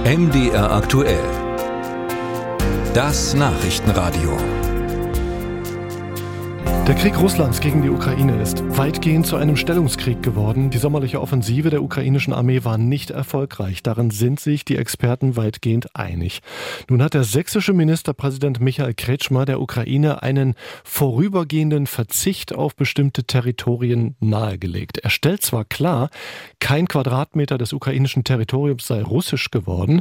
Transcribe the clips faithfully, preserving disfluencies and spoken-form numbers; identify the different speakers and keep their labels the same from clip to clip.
Speaker 1: M D R aktuell. Das Nachrichtenradio.
Speaker 2: Der Krieg Russlands gegen die Ukraine ist weitgehend zu einem Stellungskrieg geworden. Die sommerliche Offensive der ukrainischen Armee war nicht erfolgreich. Darin sind sich die Experten weitgehend einig. Nun hat der sächsische Ministerpräsident Michael Kretschmer der Ukraine einen vorübergehenden Verzicht auf bestimmte Territorien nahegelegt. Er stellt zwar klar, kein Quadratmeter des ukrainischen Territoriums sei russisch geworden,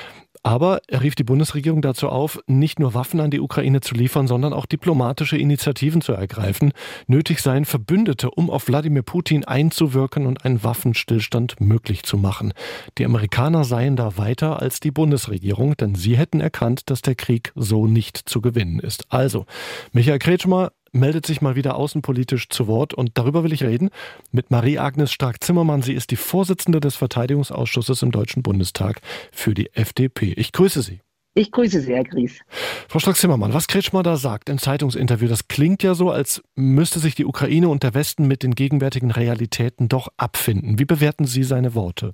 Speaker 2: aber er rief die Bundesregierung dazu auf, nicht nur Waffen an die Ukraine zu liefern, sondern auch diplomatische Initiativen zu ergreifen. Nötig seien Verbündete, um auf Wladimir Putin einzuwirken und einen Waffenstillstand möglich zu machen. Die Amerikaner seien da weiter als die Bundesregierung, denn sie hätten erkannt, dass der Krieg so nicht zu gewinnen ist. Also, Michael Kretschmer meldet sich mal wieder außenpolitisch zu Wort und darüber will ich reden mit Marie-Agnes Strack-Zimmermann. Sie ist die Vorsitzende des Verteidigungsausschusses im Deutschen Bundestag für die F D P. Ich grüße Sie.
Speaker 3: Ich grüße Sie, Herr Gries.
Speaker 2: Frau Strack-Zimmermann, was Kretschmer da sagt im Zeitungsinterview, das klingt ja so, als müsste sich die Ukraine und der Westen mit den gegenwärtigen Realitäten doch abfinden. Wie bewerten Sie seine Worte?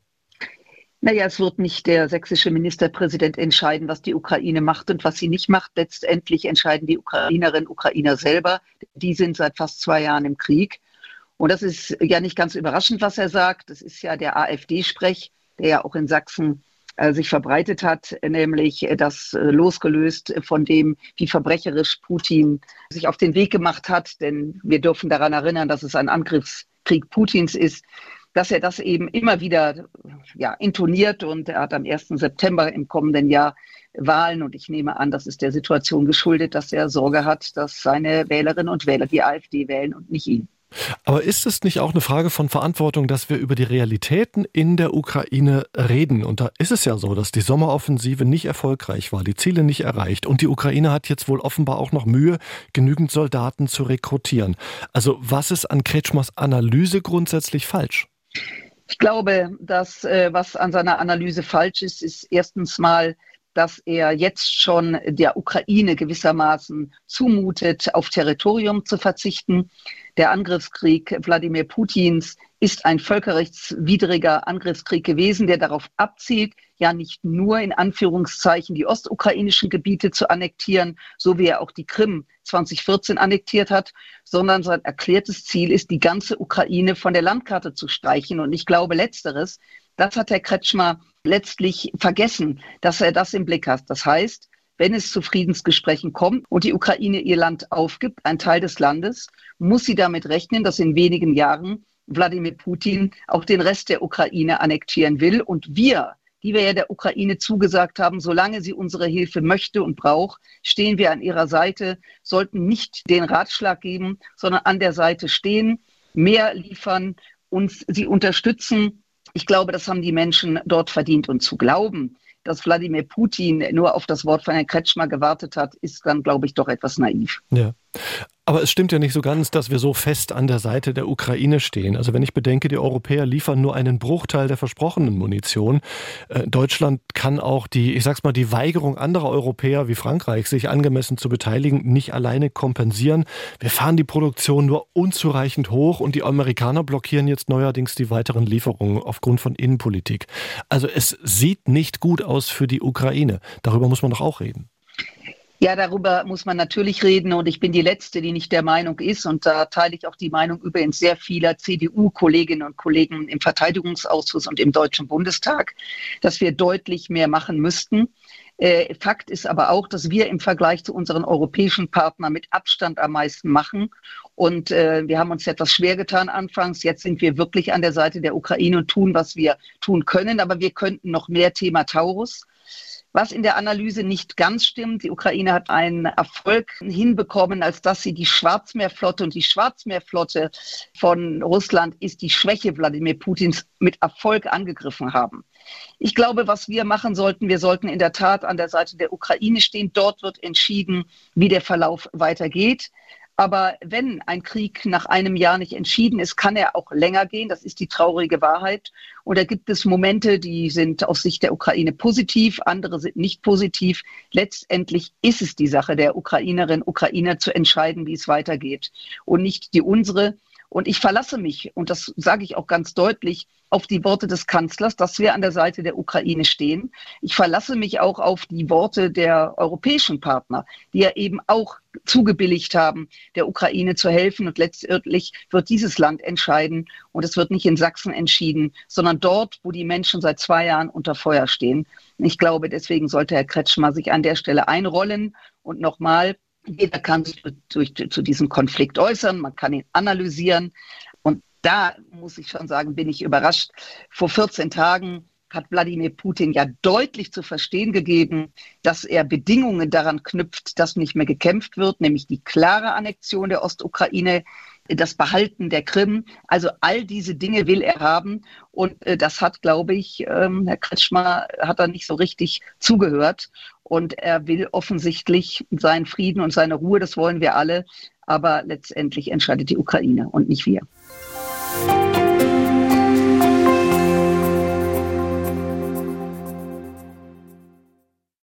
Speaker 3: Naja, es wird nicht der sächsische Ministerpräsident entscheiden, was die Ukraine macht und was sie nicht macht. Letztendlich entscheiden die Ukrainerinnen und Ukrainer selber. Die sind seit fast zwei Jahren im Krieg. Und das ist ja nicht ganz überraschend, was er sagt. Das ist ja der AfD-Sprech, der ja auch in Sachsen äh, sich verbreitet hat, nämlich äh, das äh, losgelöst von dem, wie verbrecherisch Putin sich auf den Weg gemacht hat. Denn wir dürfen daran erinnern, dass es ein Angriffskrieg Putins ist, dass er das eben immer wieder ja, intoniert, und er hat am ersten September im kommenden Jahr Wahlen, und ich nehme an, das ist der Situation geschuldet, dass er Sorge hat, dass seine Wählerinnen und Wähler die AfD wählen und nicht ihn.
Speaker 2: Aber ist es nicht auch eine Frage von Verantwortung, dass wir über die Realitäten in der Ukraine reden? Und da ist es ja so, dass die Sommeroffensive nicht erfolgreich war, die Ziele nicht erreicht. Und die Ukraine hat jetzt wohl offenbar auch noch Mühe, genügend Soldaten zu rekrutieren. Also was ist an Kretschmers Analyse grundsätzlich falsch?
Speaker 3: Ich glaube, dass äh, was an seiner Analyse falsch ist, ist erstens mal, dass er jetzt schon der Ukraine gewissermaßen zumutet, auf Territorium zu verzichten. Der Angriffskrieg Wladimir Putins ist ein völkerrechtswidriger Angriffskrieg gewesen, der darauf abzielt, ja nicht nur in Anführungszeichen die ostukrainischen Gebiete zu annektieren, so wie er auch die Krim zwanzig vierzehn annektiert hat, sondern sein erklärtes Ziel ist, die ganze Ukraine von der Landkarte zu streichen. Und ich glaube, letzteres, das hat Herr Kretschmer letztlich vergessen, dass er das im Blick hat. Das heißt, wenn es zu Friedensgesprächen kommt und die Ukraine ihr Land aufgibt, ein Teil des Landes, muss sie damit rechnen, dass in wenigen Jahren Wladimir Putin auch den Rest der Ukraine annektieren will. Und wir, die wir ja der Ukraine zugesagt haben, solange sie unsere Hilfe möchte und braucht, stehen wir an ihrer Seite, sollten nicht den Ratschlag geben, sondern an der Seite stehen, mehr liefern, uns sie unterstützen. Ich glaube, das haben die Menschen dort verdient. Und zu glauben, dass Wladimir Putin nur auf das Wort von Herrn Kretschmer gewartet hat, ist dann, glaube ich, doch etwas naiv.
Speaker 2: Ja. Aber es stimmt ja nicht so ganz, dass wir so fest an der Seite der Ukraine stehen. Also wenn ich bedenke, die Europäer liefern nur einen Bruchteil der versprochenen Munition. Äh, Deutschland kann auch die, ich sag's mal, die Weigerung anderer Europäer wie Frankreich, sich angemessen zu beteiligen, nicht alleine kompensieren. Wir fahren die Produktion nur unzureichend hoch und die Amerikaner blockieren jetzt neuerdings die weiteren Lieferungen aufgrund von Innenpolitik. Also es sieht nicht gut aus für die Ukraine. Darüber muss man doch auch reden.
Speaker 3: Ja, darüber muss man natürlich reden, und ich bin die Letzte, die nicht der Meinung ist, und da teile ich auch die Meinung übrigens sehr vieler C D U-Kolleginnen und Kollegen im Verteidigungsausschuss und im Deutschen Bundestag, dass wir deutlich mehr machen müssten. Äh, Fakt ist aber auch, dass wir im Vergleich zu unseren europäischen Partnern mit Abstand am meisten machen. Und äh, wir haben uns etwas schwer getan anfangs. Jetzt sind wir wirklich an der Seite der Ukraine und tun, was wir tun können. Aber wir könnten noch mehr, Thema Taurus. Was in der Analyse nicht ganz stimmt: Die Ukraine hat einen Erfolg hinbekommen, als dass sie die Schwarzmeerflotte, und die Schwarzmeerflotte von Russland ist die Schwäche Wladimir Putins, mit Erfolg angegriffen haben. Ich glaube, was wir machen sollten, wir sollten in der Tat an der Seite der Ukraine stehen. Dort wird entschieden, wie der Verlauf weitergeht. Aber wenn ein Krieg nach einem Jahr nicht entschieden ist, kann er auch länger gehen. Das ist die traurige Wahrheit. Und da gibt es Momente, die sind aus Sicht der Ukraine positiv, andere sind nicht positiv. Letztendlich ist es die Sache der Ukrainerinnen und Ukrainer zu entscheiden, wie es weitergeht, und nicht die unsere. Und ich verlasse mich, und das sage ich auch ganz deutlich, auf die Worte des Kanzlers, dass wir an der Seite der Ukraine stehen. Ich verlasse mich auch auf die Worte der europäischen Partner, die ja eben auch zugebilligt haben, der Ukraine zu helfen. Und letztendlich wird dieses Land entscheiden. Und es wird nicht in Sachsen entschieden, sondern dort, wo die Menschen seit zwei Jahren unter Feuer stehen. Ich glaube, deswegen sollte Herr Kretschmer sich an der Stelle einrollen. Und nochmal, jeder kann sich durch, durch, zu diesem Konflikt äußern, man kann ihn analysieren. Und da muss ich schon sagen, bin ich überrascht. Vor vierzehn Tagen hat Wladimir Putin ja deutlich zu verstehen gegeben, dass er Bedingungen daran knüpft, dass nicht mehr gekämpft wird, nämlich die klare Annexion der Ostukraine, das Behalten der Krim. Also all diese Dinge will er haben. Und äh, das hat, glaube ich, ähm, Herr Kretschmer hat da nicht so richtig zugehört. Und er will offensichtlich seinen Frieden und seine Ruhe, das wollen wir alle. Aber letztendlich entscheidet die Ukraine und nicht wir.